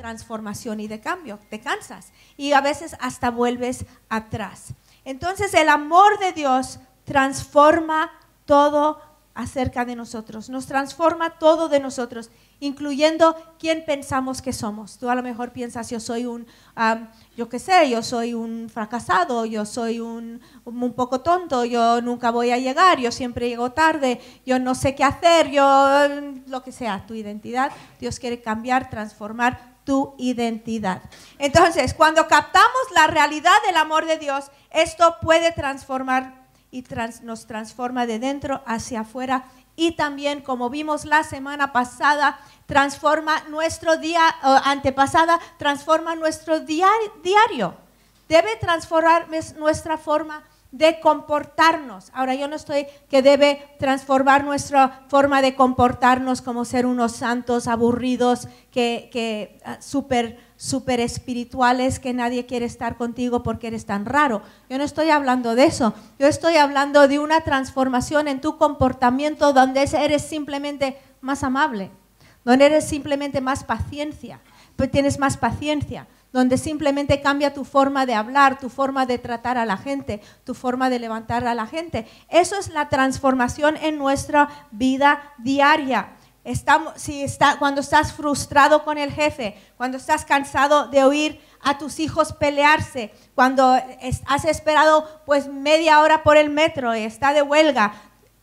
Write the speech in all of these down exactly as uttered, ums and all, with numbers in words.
transformación y de cambio. Te cansas y a veces hasta vuelves atrás. Entonces el amor de Dios transforma todo acerca de nosotros, nos transforma todo de nosotros, incluyendo quién pensamos que somos. Tú a lo mejor piensas, yo soy un, um, yo qué sé, yo soy un fracasado, yo soy un, un poco tonto, yo nunca voy a llegar, yo siempre llego tarde, yo no sé qué hacer, yo lo que sea, tu identidad. Dios quiere cambiar, transformar tu identidad. Entonces, cuando captamos la realidad del amor de Dios, esto puede transformar y trans, nos transforma de dentro hacia afuera. Y también, como vimos la semana pasada, transforma nuestro día, uh, antepasada, transforma nuestro diario, diario. Debe transformar nuestra forma de comportarnos. Ahora, yo no estoy que debe transformar nuestra forma de comportarnos como ser unos santos aburridos, que, que uh, súper súper espirituales, que nadie quiere estar contigo porque eres tan raro. Yo no estoy hablando de eso. Yo estoy hablando de una transformación en tu comportamiento donde eres simplemente más amable, donde eres simplemente más paciencia, pues tienes más paciencia, donde simplemente cambia tu forma de hablar, tu forma de tratar a la gente, tu forma de levantar a la gente. Eso es la transformación en nuestra vida diaria. Estamos, si está, cuando estás frustrado con el jefe, cuando estás cansado de oír a tus hijos pelearse, cuando es, has esperado pues media hora por el metro y está de huelga,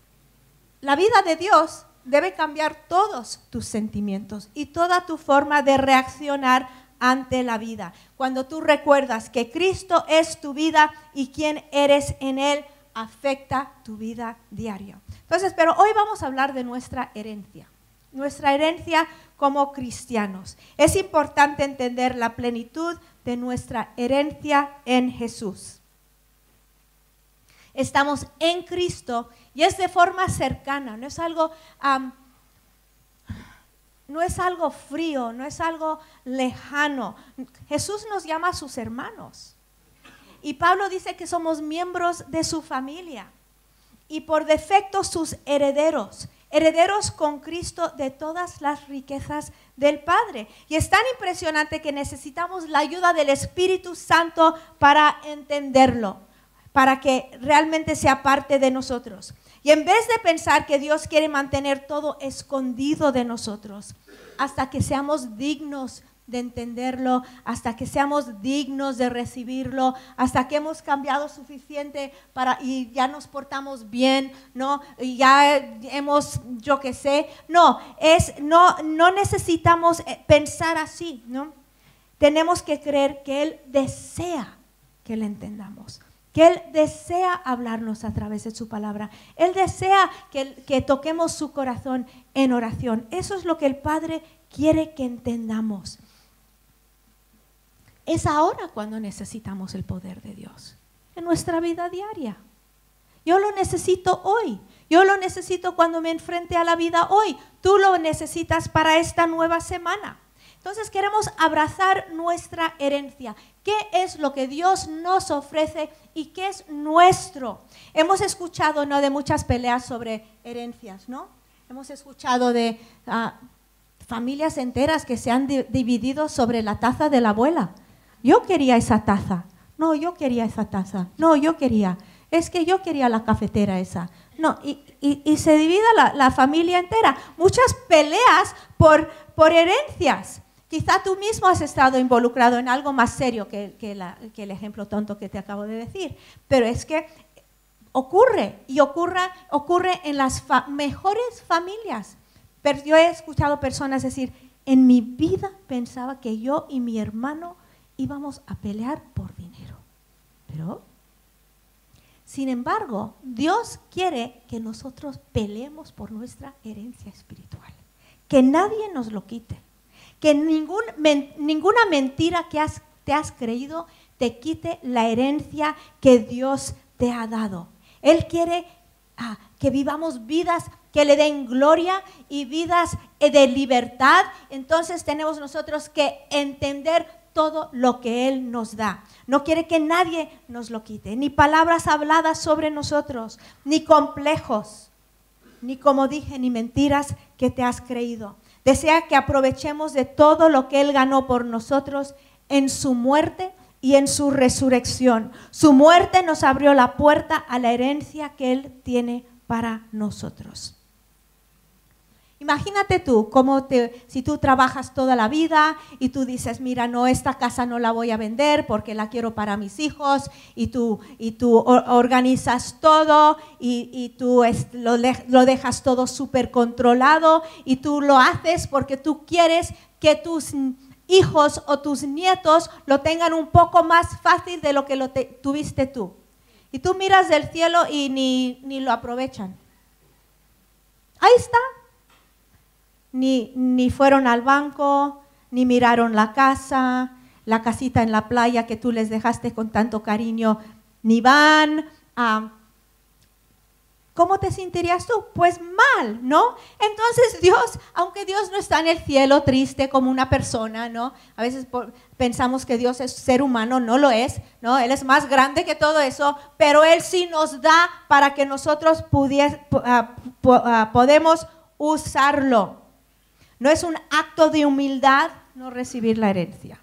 la vida de Dios debe cambiar todos tus sentimientos y toda tu forma de reaccionar ante la vida. Cuando tú recuerdas que Cristo es tu vida y quién eres en Él, afecta tu vida diaria. Entonces, pero hoy vamos a hablar de nuestra herencia. Nuestra herencia como cristianos. Es importante entender la plenitud de nuestra herencia en Jesús. Estamos en Cristo y es de forma cercana, no es algo, um, no es algo frío, no es algo lejano. Jesús nos llama a sus hermanos y Pablo dice que somos miembros de su familia y por defecto sus herederos. Herederos con Cristo de todas las riquezas del Padre. Y es tan impresionante que necesitamos la ayuda del Espíritu Santo para entenderlo, para que realmente sea parte de nosotros. Y en vez de pensar que Dios quiere mantener todo escondido de nosotros, hasta que seamos dignos de entenderlo, hasta que seamos dignos de recibirlo, hasta que hemos cambiado suficiente para y ya nos portamos bien, ¿no? Y ya hemos, yo qué sé, no, es, no, no necesitamos pensar así, ¿no? Tenemos que creer que Él desea que le entendamos, que Él desea hablarnos a través de su palabra, Él desea que, que toquemos su corazón en oración. Eso es lo que el Padre quiere que entendamos. Es ahora cuando necesitamos el poder de Dios, en nuestra vida diaria. Yo lo necesito hoy, yo lo necesito cuando me enfrente a la vida hoy, tú lo necesitas para esta nueva semana. Entonces queremos abrazar nuestra herencia. ¿Qué es lo que Dios nos ofrece y qué es nuestro? Hemos escuchado, ¿no?, de muchas peleas sobre herencias, ¿no? Hemos escuchado de uh, familias enteras que se han di- dividido sobre la taza de la abuela. Yo quería esa taza. No, yo quería esa taza. No, yo quería. Es que yo quería la cafetera esa. No, y, y, y se divide la, la familia entera. Muchas peleas por, por herencias. Quizá tú mismo has estado involucrado en algo más serio que, que, la, que el ejemplo tonto que te acabo de decir. Pero es que ocurre, y ocurra, ocurre en las fa- mejores familias. Pero yo he escuchado personas decir, en mi vida pensaba que yo y mi hermano íbamos a pelear por dinero. Pero, sin embargo, Dios quiere que nosotros peleemos por nuestra herencia espiritual. Que nadie nos lo quite. Que ningún, men, ninguna mentira que has, te has creído te quite la herencia que Dios te ha dado. Él quiere ah, que vivamos vidas que le den gloria y vidas de libertad. Entonces tenemos nosotros que entender todo lo que Él nos da. No quiere que nadie nos lo quite, ni palabras habladas sobre nosotros, ni complejos, ni, como dije, ni mentiras que te has creído. Desea que aprovechemos de todo lo que Él ganó por nosotros en su muerte y en su resurrección. Su muerte nos abrió la puerta a la herencia que Él tiene para nosotros. Imagínate tú, cómo te, si tú trabajas toda la vida y tú dices, mira, no, esta casa no la voy a vender porque la quiero para mis hijos, y tú, y tú organizas todo y, y tú es, lo, lo dejas todo súper controlado, y tú lo haces porque tú quieres que tus hijos o tus nietos lo tengan un poco más fácil de lo que lo te, tuviste tú. Y tú miras del cielo y ni, ni lo aprovechan. Ahí está. Ni, ni fueron al banco, ni miraron la casa, la casita en la playa que tú les dejaste con tanto cariño, ni van. Uh, ¿Cómo te sentirías tú? Pues mal, ¿no? Entonces Dios, aunque Dios no está en el cielo triste como una persona, ¿no? A veces por, pensamos que Dios es ser humano, no lo es, ¿no? Él es más grande que todo eso, pero Él sí nos da para que nosotros pudies, uh, po, uh, podemos usarlo. No es un acto de humildad no recibir la herencia.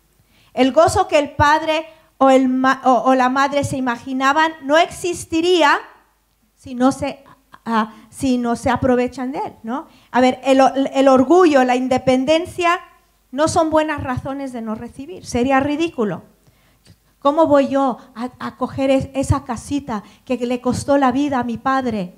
El gozo que el padre o, el ma o, o la madre se imaginaban no existiría si no se, uh, si no se aprovechan de él, ¿no? A ver, el, el orgullo, la independencia no son buenas razones de no recibir. Sería ridículo. ¿Cómo voy yo a, a coger es, esa casita que le costó la vida a mi padre?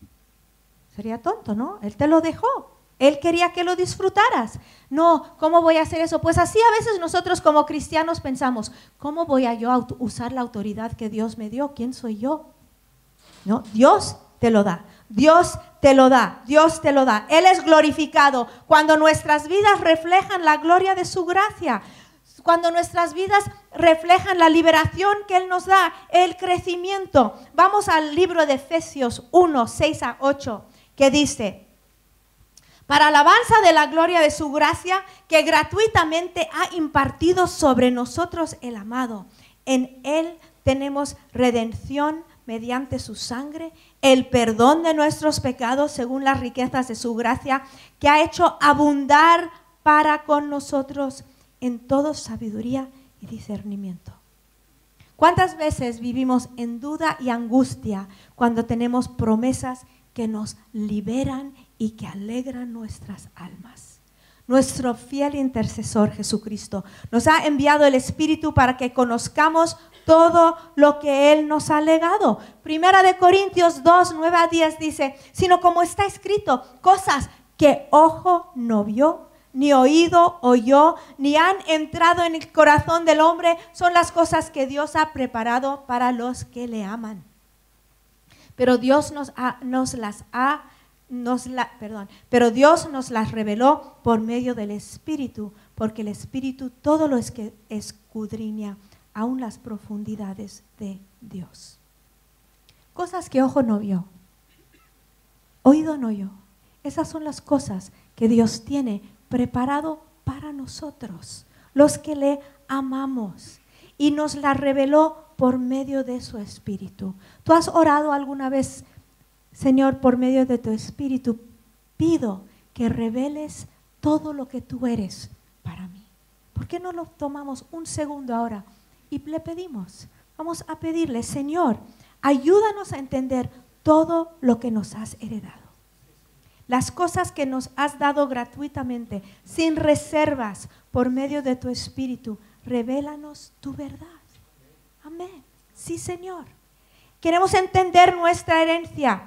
Sería tonto, ¿no? Él te lo dejó. Él quería que lo disfrutaras. No, ¿cómo voy a hacer eso? Pues así a veces nosotros como cristianos pensamos, ¿cómo voy a yo a usar la autoridad que Dios me dio? ¿Quién soy yo? No, Dios te lo da. Dios te lo da. Dios te lo da. Él es glorificado cuando nuestras vidas reflejan la gloria de su gracia. Cuando nuestras vidas reflejan la liberación que Él nos da, el crecimiento. Vamos al libro de Efesios uno, seis a ocho, que dice: para alabanza de la gloria de su gracia, que gratuitamente ha impartido sobre nosotros el amado. En Él tenemos redención mediante su sangre, el perdón de nuestros pecados según las riquezas de su gracia, que ha hecho abundar para con nosotros en toda sabiduría y discernimiento. ¿Cuántas veces vivimos en duda y angustia cuando tenemos promesas que nos liberan y que alegran nuestras almas? Nuestro fiel intercesor Jesucristo nos ha enviado el Espíritu para que conozcamos todo lo que Él nos ha legado. Primera de Corintios dos, nueve a diez dice, sino como está escrito, cosas que ojo no vio, ni oído oyó, ni han entrado en el corazón del hombre, son las cosas que Dios ha preparado para los que le aman. Pero Dios nos, ha, nos las ha, nos la, perdón, pero Dios nos las reveló por medio del Espíritu, porque el Espíritu todo lo es que escudriña, aún las profundidades de Dios. Cosas que ojo no vio, oído no oyó. Esas son las cosas que Dios tiene preparado para nosotros, los que le amamos, y nos las reveló por medio de su Espíritu. ¿Tú has orado alguna vez, Señor, por medio de tu Espíritu? Pido que reveles todo lo que tú eres para mí. ¿Por qué no lo tomamos un segundo ahora y le pedimos? Vamos a pedirle, Señor, ayúdanos a entender todo lo que nos has heredado. Las cosas que nos has dado gratuitamente, sin reservas, por medio de tu Espíritu, revélanos tu verdad. Amén. Sí, Señor. Queremos entender nuestra herencia.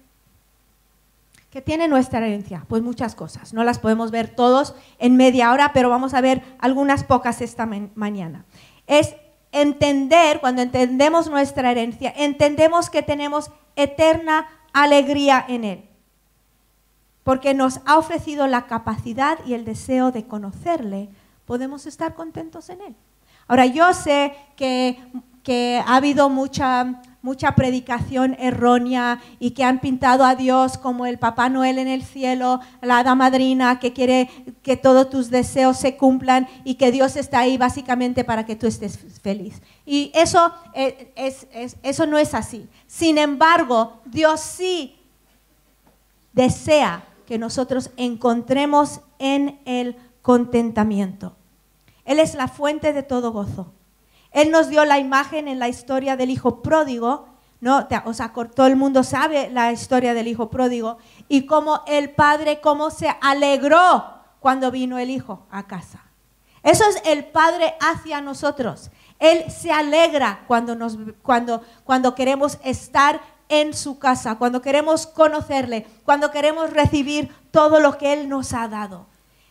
¿Qué tiene nuestra herencia? Pues muchas cosas. No las podemos ver todos en media hora, pero vamos a ver algunas pocas esta mañana. Es entender, cuando entendemos nuestra herencia, entendemos que tenemos eterna alegría en Él, porque nos ha ofrecido la capacidad y el deseo de conocerle. Podemos estar contentos en Él. Ahora, yo sé que, que ha habido mucha, mucha predicación errónea y que han pintado a Dios como el Papá Noel en el cielo, la hada madrina que quiere que todos tus deseos se cumplan y que Dios está ahí básicamente para que tú estés feliz. Y eso, es, es, es, eso no es así. Sin embargo, Dios sí desea que nosotros encontremos en el contentamiento. Él es la fuente de todo gozo. Él nos dio la imagen en la historia del hijo pródigo, ¿no? O sea, todo el mundo sabe la historia del hijo pródigo y cómo el padre, cómo se alegró cuando vino el hijo a casa. Eso es el Padre hacia nosotros. Él se alegra cuando, nos, cuando, cuando queremos estar en su casa, cuando queremos conocerle, cuando queremos recibir todo lo que Él nos ha dado.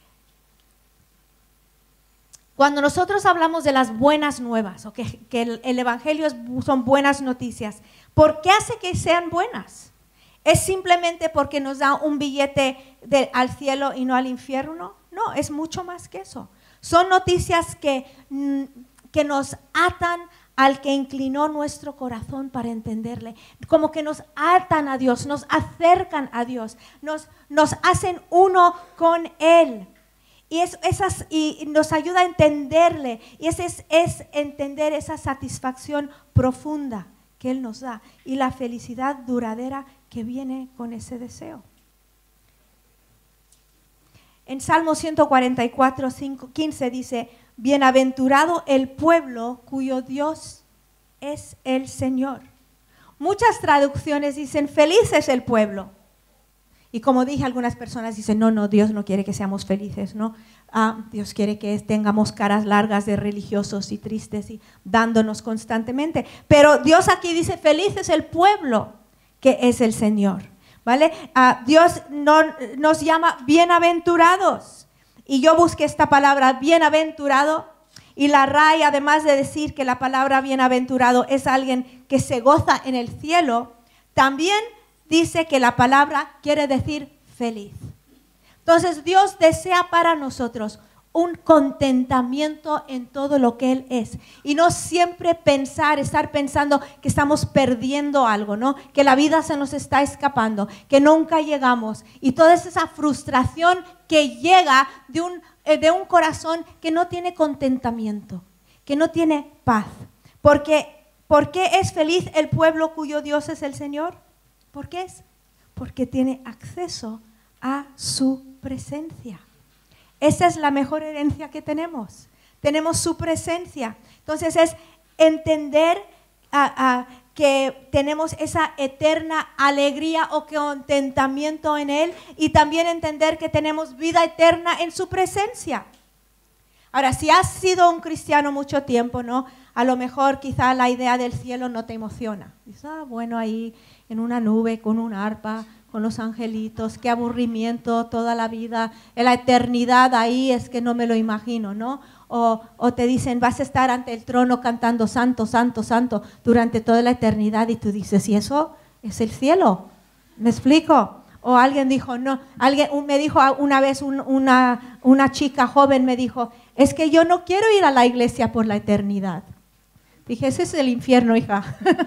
Cuando nosotros hablamos de las buenas nuevas, o que, que el, el Evangelio es, son buenas noticias, ¿por qué hace que sean buenas? ¿Es simplemente porque nos da un billete de, al cielo y no al infierno? No, es mucho más que eso. Son noticias que, que nos atan al que inclinó nuestro corazón para entenderle. Como que nos atan a Dios, nos acercan a Dios, nos, nos hacen uno con Él. Y, es, esas, y nos ayuda a entenderle. Y ese es, es entender esa satisfacción profunda que Él nos da. Y la felicidad duradera que viene con ese deseo. En Salmo ciento cuarenta y cuatro, cinco, quince dice, bienaventurado el pueblo cuyo Dios es el Señor. Muchas traducciones dicen, feliz es el pueblo. Y como dije, algunas personas dicen, no, no, Dios no quiere que seamos felices, ¿no? Ah, Dios quiere que tengamos caras largas de religiosos y tristes y dándonos constantemente. Pero Dios aquí dice, feliz es el pueblo que es el Señor. ¿Vale? Uh, Dios no, nos llama bienaventurados. Y yo busqué esta palabra bienaventurado. Y la R A I, además de decir que la palabra bienaventurado es alguien que se goza en el cielo, también dice que la palabra quiere decir feliz. Entonces Dios desea para nosotros un contentamiento en todo lo que Él es. Y no siempre pensar, estar pensando que estamos perdiendo algo, ¿no? Que la vida se nos está escapando, que nunca llegamos. Y toda esa frustración que llega de un, eh, de un corazón que no tiene contentamiento, que no tiene paz. Porque, ¿por qué es feliz el pueblo cuyo Dios es el Señor? ¿Por qué es? Porque tiene acceso a su presencia. Esa es la mejor herencia que tenemos. Tenemos su presencia. Entonces es entender uh, uh, que tenemos esa eterna alegría o contentamiento en Él y también entender que tenemos vida eterna en su presencia. Ahora, si has sido un cristiano mucho tiempo, ¿no? A lo mejor quizá la idea del cielo no te emociona. Dices, ah, bueno, ahí en una nube con un arpa, con los angelitos, qué aburrimiento toda la vida, en la eternidad ahí es que no me lo imagino, ¿no? O, o te dicen, vas a estar ante el trono cantando santo, santo, santo durante toda la eternidad y tú dices, ¿y eso es el cielo? ¿Me explico? O alguien dijo, no, alguien me dijo una vez un, una, una chica joven me dijo, es que yo no quiero ir a la iglesia por la eternidad. Dije, ese es el infierno, hija.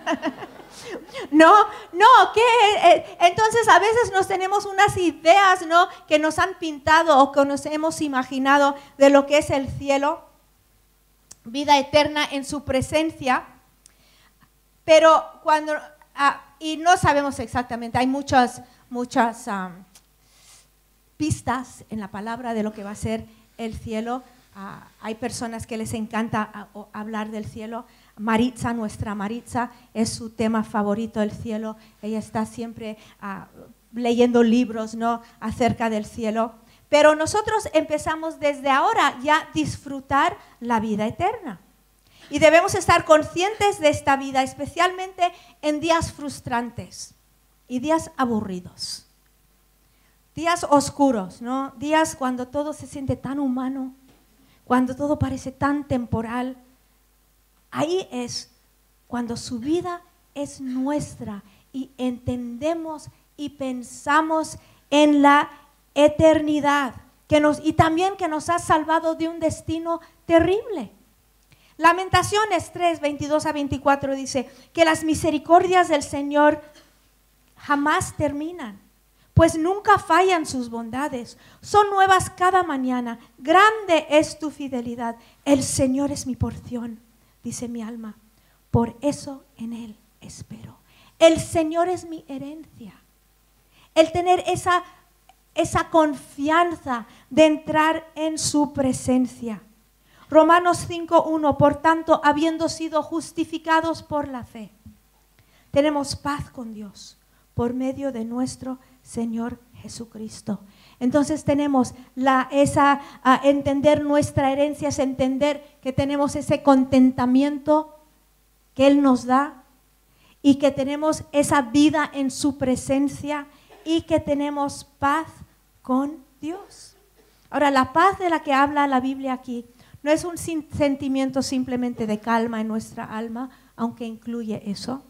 No, no, ¿qué? Entonces a veces nos tenemos unas ideas, ¿no? Que nos han pintado o que nos hemos imaginado de lo que es el cielo, vida eterna en su presencia, pero cuando, ah, y no sabemos exactamente, hay muchas, muchas um, pistas en la palabra de lo que va a ser el cielo. Uh, hay personas que les encanta uh, hablar del cielo. Maritza, nuestra Maritza, es su tema favorito, el cielo. Ella está siempre uh, leyendo libros, ¿no? Acerca del cielo. Pero nosotros empezamos desde ahora ya a disfrutar la vida eterna. Y debemos estar conscientes de esta vida, especialmente en días frustrantes y días aburridos. Días oscuros, ¿no? Días cuando todo se siente tan humano, cuando todo parece tan temporal. Ahí es cuando su vida es nuestra y entendemos y pensamos en la eternidad que nos, y también que nos ha salvado de un destino terrible. Lamentaciones tres, veintidós a veinticuatro dice que las misericordias del Señor jamás terminan, pues nunca fallan sus bondades. Son nuevas cada mañana. Grande es tu fidelidad. El Señor es mi porción, dice mi alma. Por eso en Él espero. El Señor es mi herencia. El tener esa, esa confianza de entrar en su presencia. Romanos cinco uno, por tanto, habiendo sido justificados por la fe, tenemos paz con Dios por medio de nuestro Señor Jesucristo. Entonces tenemos la, esa, a entender nuestra herencia, es entender que tenemos ese contentamiento que Él nos da y que tenemos esa vida en su presencia y que tenemos paz con Dios. Ahora, la paz de la que habla la Biblia aquí no es un sentimiento simplemente de calma en nuestra alma, aunque incluye eso.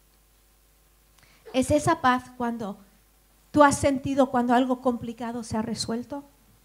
Es esa paz cuando tú has sentido cuando algo complicado se ha resuelto.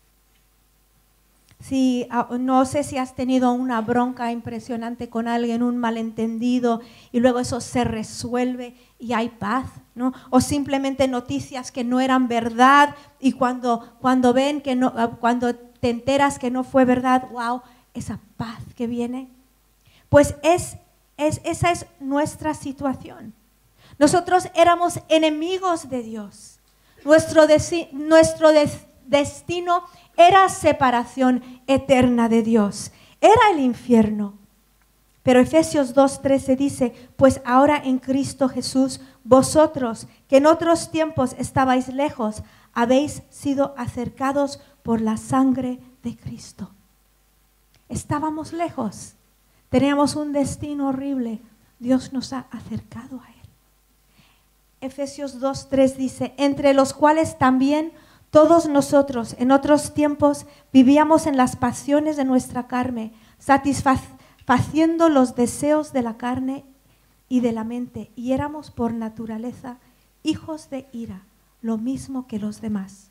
Si, no sé si has tenido una bronca impresionante con alguien, un malentendido, y luego eso se resuelve y hay paz, ¿no? O simplemente noticias que no eran verdad y cuando, cuando ven que no, cuando te enteras que no fue verdad, wow, esa paz que viene. Pues es, es, esa es nuestra situación. Nosotros éramos enemigos de Dios. Nuestro, desi, nuestro des, destino era separación eterna de Dios. Era el infierno. Pero Efesios dos trece dice, pues ahora en Cristo Jesús, vosotros que en otros tiempos estabais lejos, habéis sido acercados por la sangre de Cristo. Estábamos lejos, teníamos un destino horrible. Dios nos ha acercado a Él. Efesios dos tres dice, entre los cuales también todos nosotros en otros tiempos vivíamos en las pasiones de nuestra carne, satisfaciendo los deseos de la carne y de la mente, y éramos por naturaleza hijos de ira, lo mismo que los demás.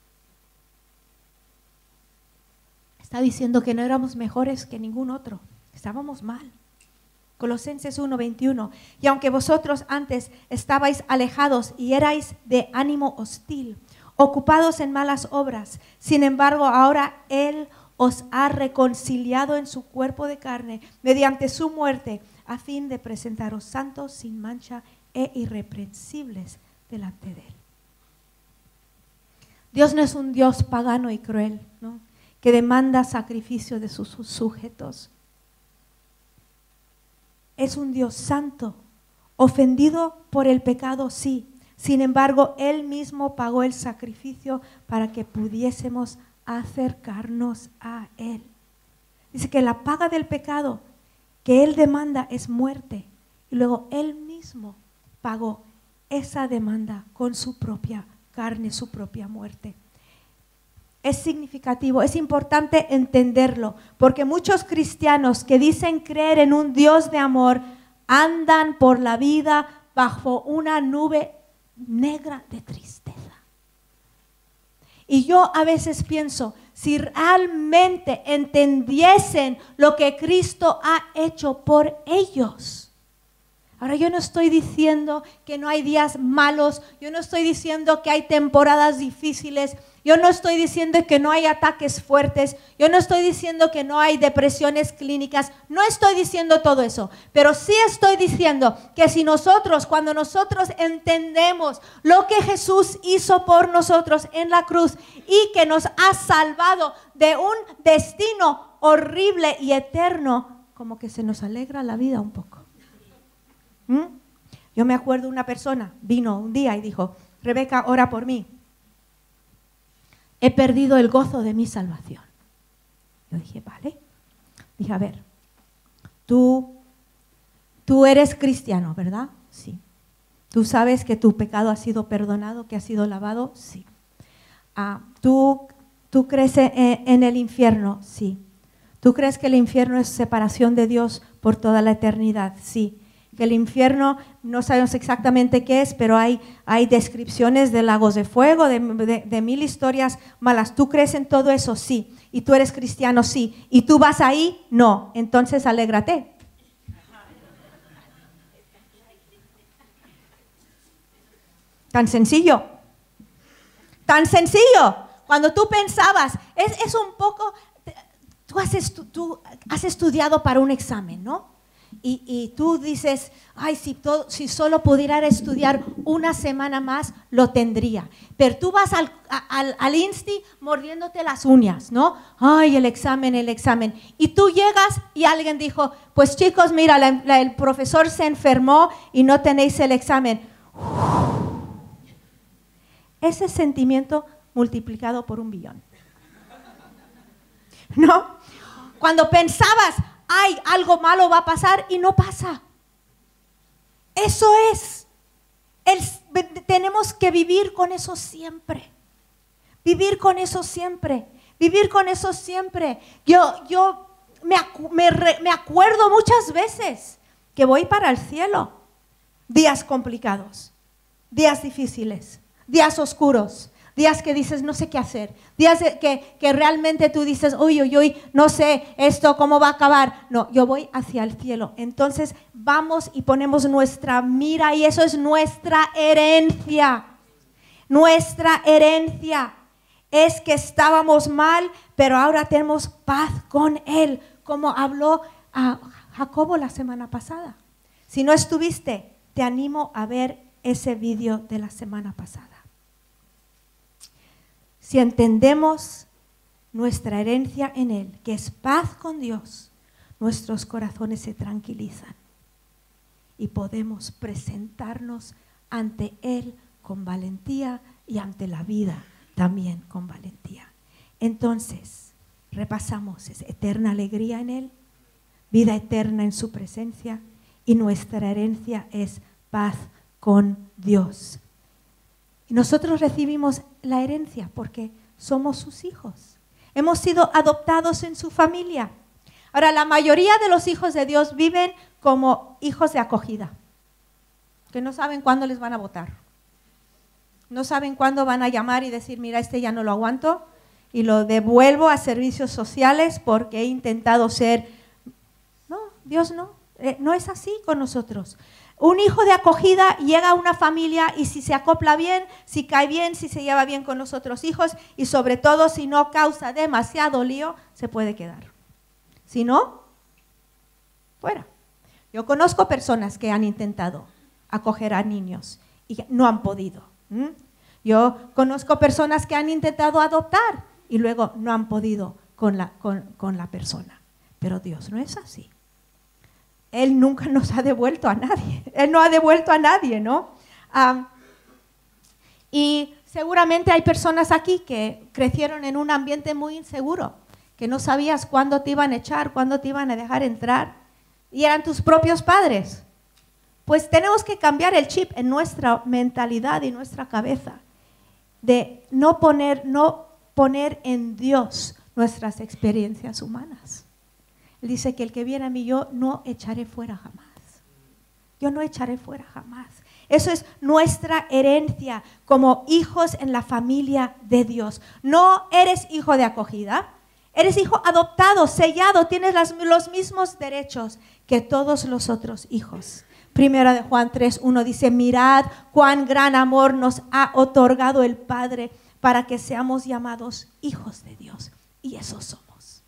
Está diciendo que no éramos mejores que ningún otro, estábamos mal. Colosenses uno veintiuno, y aunque vosotros antes estabais alejados y erais de ánimo hostil, ocupados en malas obras, sin embargo ahora Él os ha reconciliado en su cuerpo de carne mediante su muerte, a fin de presentaros santos, sin mancha e irreprensibles delante de Él. Dios no es un Dios pagano y cruel, ¿no?, que demanda sacrificio de sus sujetos. Es un Dios santo, ofendido por el pecado, sí. Sin embargo, Él mismo pagó el sacrificio para que pudiésemos acercarnos a Él. Dice que la paga del pecado que Él demanda es muerte. Y luego Él mismo pagó esa demanda con su propia carne, su propia muerte. Es significativo, es importante entenderlo, porque muchos cristianos que dicen creer en un Dios de amor andan por la vida bajo una nube negra de tristeza. Y yo a veces pienso, si realmente entendiesen lo que Cristo ha hecho por ellos. Ahora, yo no estoy diciendo que no hay días malos, yo no estoy diciendo que hay temporadas difíciles, yo no estoy diciendo que no hay ataques fuertes, yo no estoy diciendo que no hay depresiones clínicas, no estoy diciendo todo eso, pero sí estoy diciendo que si nosotros, cuando nosotros entendemos lo que Jesús hizo por nosotros en la cruz y que nos ha salvado de un destino horrible y eterno, como que se nos alegra la vida un poco. ¿Mm? Yo me acuerdo una persona, vino un día y dijo, Rebeca, ora por mí. He perdido el gozo de mi salvación. Yo dije, vale. Dije, a ver, tú, tú eres cristiano, ¿verdad? Sí. ¿Tú sabes que tu pecado ha sido perdonado, que ha sido lavado? Sí. Ah, ¿tú, ¿Tú crees en, en el infierno? Sí. ¿Tú crees que el infierno es separación de Dios por toda la eternidad? Sí. Que el infierno no sabemos exactamente qué es, pero hay, hay descripciones de lagos de fuego, de, de, de mil historias malas. ¿Tú crees en todo eso? Sí. ¿Y tú eres cristiano? Sí. ¿Y tú vas ahí? No. Entonces alégrate. Tan sencillo. Tan sencillo. Cuando tú pensabas, es, es un poco, tú has, estu, tú has estudiado para un examen, ¿no? y, y tú dices, ay, si, todo, si solo pudiera estudiar una semana más, lo tendría. Pero tú vas al, al, al Insti mordiéndote las uñas, ¿no? Ay, el examen, el examen. Y tú llegas y alguien dijo, pues chicos, mira, la, la, el profesor se enfermó y no tenéis el examen. Ese sentimiento multiplicado por un billón. ¿No? Cuando pensabas, ay, algo malo va a pasar y no pasa. Eso es. El, tenemos que vivir con eso siempre. Vivir con eso siempre. Vivir con eso siempre. Yo, yo me, acu me, re me acuerdo muchas veces que voy para el cielo. Días complicados, días difíciles, días oscuros. Días que dices, no sé qué hacer. Días que, que realmente tú dices, uy, uy, uy, no sé esto cómo va a acabar. No, yo voy hacia el cielo. Entonces vamos y ponemos nuestra mira y eso es nuestra herencia. Nuestra herencia es que estábamos mal, pero ahora tenemos paz con Él, como habló a Jacobo la semana pasada. Si no estuviste, te animo a ver ese vídeo de la semana pasada. Si entendemos nuestra herencia en Él, que es paz con Dios, nuestros corazones se tranquilizan y podemos presentarnos ante Él con valentía y ante la vida también con valentía. Entonces, repasamos, es eterna alegría en Él, vida eterna en su presencia y nuestra herencia es paz con Dios. Y nosotros recibimos la herencia porque somos sus hijos. Hemos sido adoptados en su familia. Ahora, la mayoría de los hijos de Dios viven como hijos de acogida, que no saben cuándo les van a votar. No saben cuándo van a llamar y decir, mira, este ya no lo aguanto y lo devuelvo a servicios sociales porque he intentado ser... No, Dios no, eh, no es así con nosotros. Un hijo de acogida llega a una familia y si se acopla bien, si cae bien, si se lleva bien con los otros hijos y sobre todo si no causa demasiado lío, se puede quedar. Si no, fuera. Yo conozco personas que han intentado acoger a niños y no han podido. ¿Mm? Yo conozco personas que han intentado adoptar y luego no han podido con la, con, con la persona. Pero Dios no es así. Él nunca nos ha devuelto a nadie. Él no ha devuelto a nadie, ¿no? Um, y seguramente hay personas aquí que crecieron en un ambiente muy inseguro, que no sabías cuándo te iban a echar, cuándo te iban a dejar entrar, y eran tus propios padres. Pues tenemos que cambiar el chip en nuestra mentalidad y nuestra cabeza, de no poner, no poner en Dios nuestras experiencias humanas. Él dice que el que viene a mí yo no echaré fuera jamás. Yo no echaré fuera jamás. Eso es nuestra herencia como hijos en la familia de Dios. No eres hijo de acogida, eres hijo adoptado, sellado, tienes las, los mismos derechos que todos los otros hijos. Primera de Juan tres uno dice, mirad cuán gran amor nos ha otorgado el Padre para que seamos llamados hijos de Dios. Y eso somos.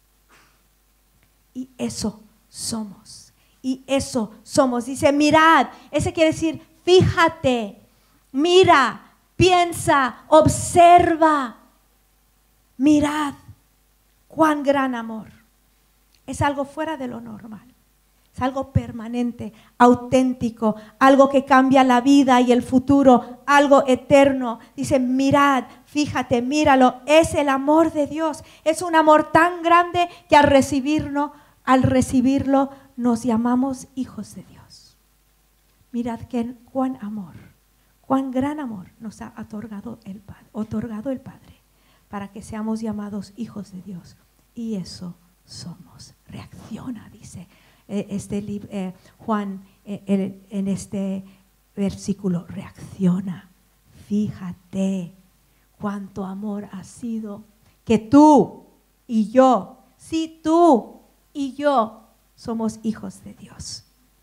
Y eso somos. Y eso somos. Dice, mirad. Ese quiere decir, fíjate, mira, piensa, observa. Mirad cuán gran amor. Es algo fuera de lo normal. Es algo permanente, auténtico, algo que cambia la vida y el futuro, algo eterno. Dice, mirad, fíjate, míralo. Es el amor de Dios. Es un amor tan grande que al recibirlo, al recibirlo nos llamamos hijos de Dios. Mirad que, cuán amor, cuán gran amor nos ha otorgado el Padre, otorgado el Padre para que seamos llamados hijos de Dios. Y eso somos. Reacciona, dice este eh, Juan eh, en, en este versículo. Reacciona. Fíjate cuánto amor ha sido que tú y yo, sí tú y yo somos hijos de Dios.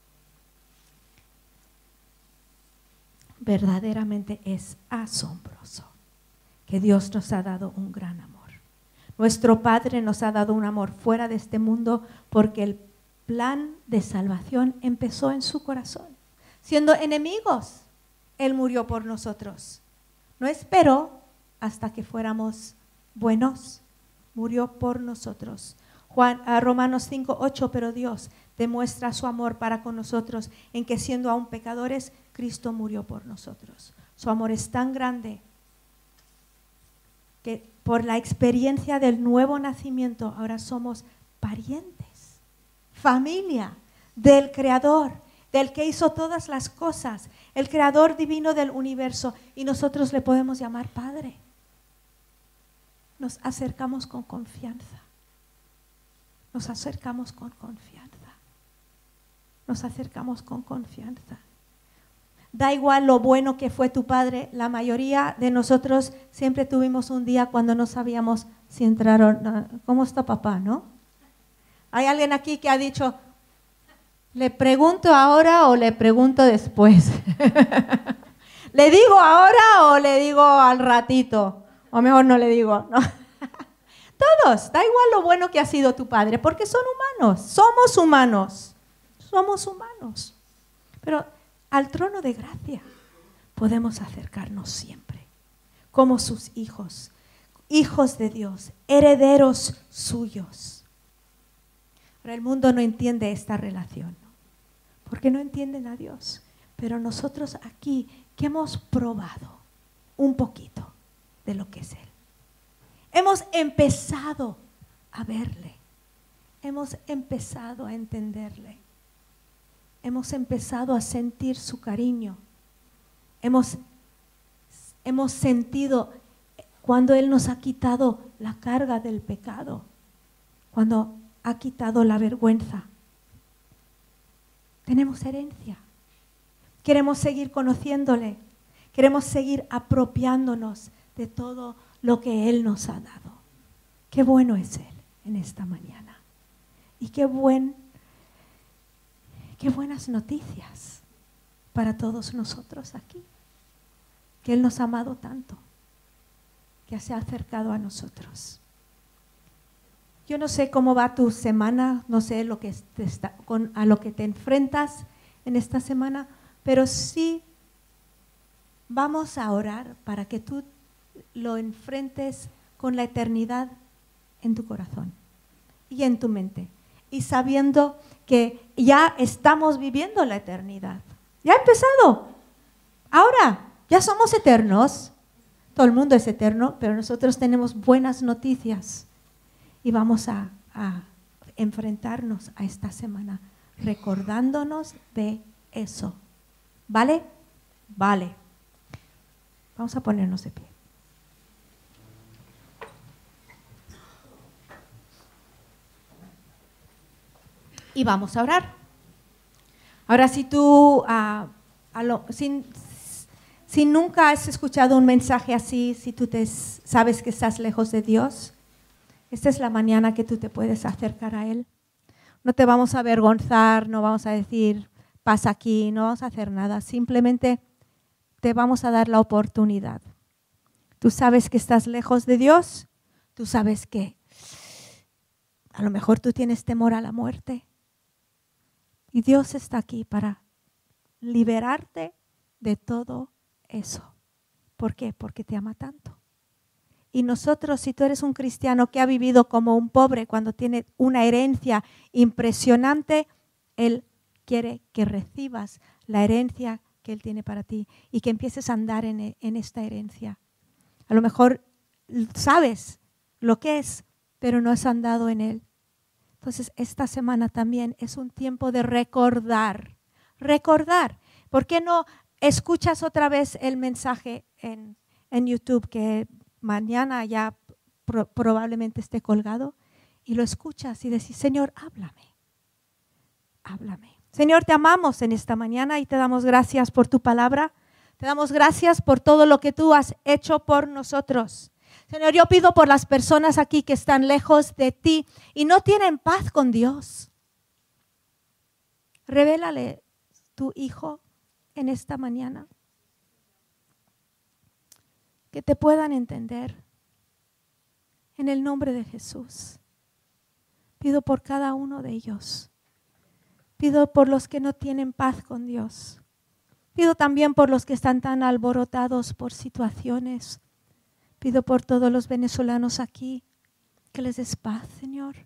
Verdaderamente es asombroso que Dios nos ha dado un gran amor. Nuestro Padre nos ha dado un amor fuera de este mundo porque Él plan de salvación empezó en su corazón. Siendo enemigos, Él murió por nosotros. No esperó hasta que fuéramos buenos. Murió por nosotros. Juan, uh, Romanos cinco, ocho, pero Dios demuestra su amor para con nosotros en que siendo aún pecadores, Cristo murió por nosotros. Su amor es tan grande que por la experiencia del nuevo nacimiento ahora somos parientes, familia del Creador, del que hizo todas las cosas, el Creador divino del universo, y nosotros le podemos llamar Padre. Nos acercamos con confianza, nos acercamos con confianza, nos acercamos con confianza. Da igual lo bueno que fue tu padre, la mayoría de nosotros siempre tuvimos un día cuando no sabíamos si entraron, ¿cómo está papá, no? ¿Hay alguien aquí que ha dicho, le pregunto ahora o le pregunto después? ¿Le digo ahora o le digo al ratito? O mejor no le digo, ¿no? Todos, da igual lo bueno que ha sido tu padre, porque son humanos, somos humanos, somos humanos. Pero al trono de gracia podemos acercarnos siempre, como sus hijos, hijos de Dios, herederos suyos. Pero el mundo no entiende esta relación, ¿no? Porque no entienden a Dios. Pero nosotros aquí que hemos probado un poquito de lo que es Él, hemos empezado a verle, hemos empezado a entenderle. Hemos empezado a sentir su cariño. Hemos, hemos sentido cuando Él nos ha quitado la carga del pecado, cuando ha quitado la vergüenza. Tenemos herencia. Queremos seguir conociéndole. Queremos seguir apropiándonos de todo lo que Él nos ha dado. Qué bueno es Él en esta mañana. Y qué buen Qué buenas noticias para todos nosotros aquí. Que Él nos ha amado tanto, que se ha acercado a nosotros. Yo no sé cómo va tu semana, no sé lo que te está, con, a lo que te enfrentas en esta semana, pero sí vamos a orar para que tú lo enfrentes con la eternidad en tu corazón y en tu mente. Y sabiendo que ya estamos viviendo la eternidad. Ya ha empezado. Ahora, ya somos eternos. Todo el mundo es eterno, pero nosotros tenemos buenas noticias. Y vamos a, a enfrentarnos a esta semana recordándonos de eso. ¿Vale? Vale. Vamos a ponernos de pie. Y vamos a orar. Ahora, si tú, uh, a lo, si, si nunca has escuchado un mensaje así, si tú te, sabes que estás lejos de Dios, esta es la mañana que tú te puedes acercar a Él. No te vamos a avergonzar, no vamos a decir, pasa aquí, no vamos a hacer nada. Simplemente te vamos a dar la oportunidad. Tú sabes que estás lejos de Dios, tú sabes que a lo mejor tú tienes temor a la muerte. Y Dios está aquí para liberarte de todo eso. ¿Por qué? Porque te ama tanto. Y nosotros, si tú eres un cristiano que ha vivido como un pobre cuando tiene una herencia impresionante, Él quiere que recibas la herencia que Él tiene para ti y que empieces a andar en, en esta herencia. A lo mejor sabes lo que es, pero no has andado en Él. Entonces, esta semana también es un tiempo de recordar, recordar. ¿Por qué no escuchas otra vez el mensaje en, en YouTube, que mañana ya pro, probablemente esté colgado, y lo escuchas y decís, Señor, háblame, háblame. Señor, te amamos en esta mañana y te damos gracias por tu palabra. Te damos gracias por todo lo que tú has hecho por nosotros. Señor, yo pido por las personas aquí que están lejos de ti y no tienen paz con Dios. Revélale tu Hijo en esta mañana. Que te puedan entender. En el nombre de Jesús. Pido por cada uno de ellos Pido por los que no tienen paz con Dios. Pido también por los que están tan alborotados por situaciones. Pido por todos los venezolanos aquí, que les des paz, Señor.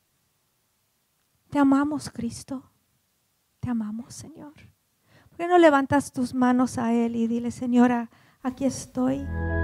Te amamos, Cristo. Te amamos, Señor. ¿Por qué no levantas tus manos a Él y dile, Señora, aquí estoy?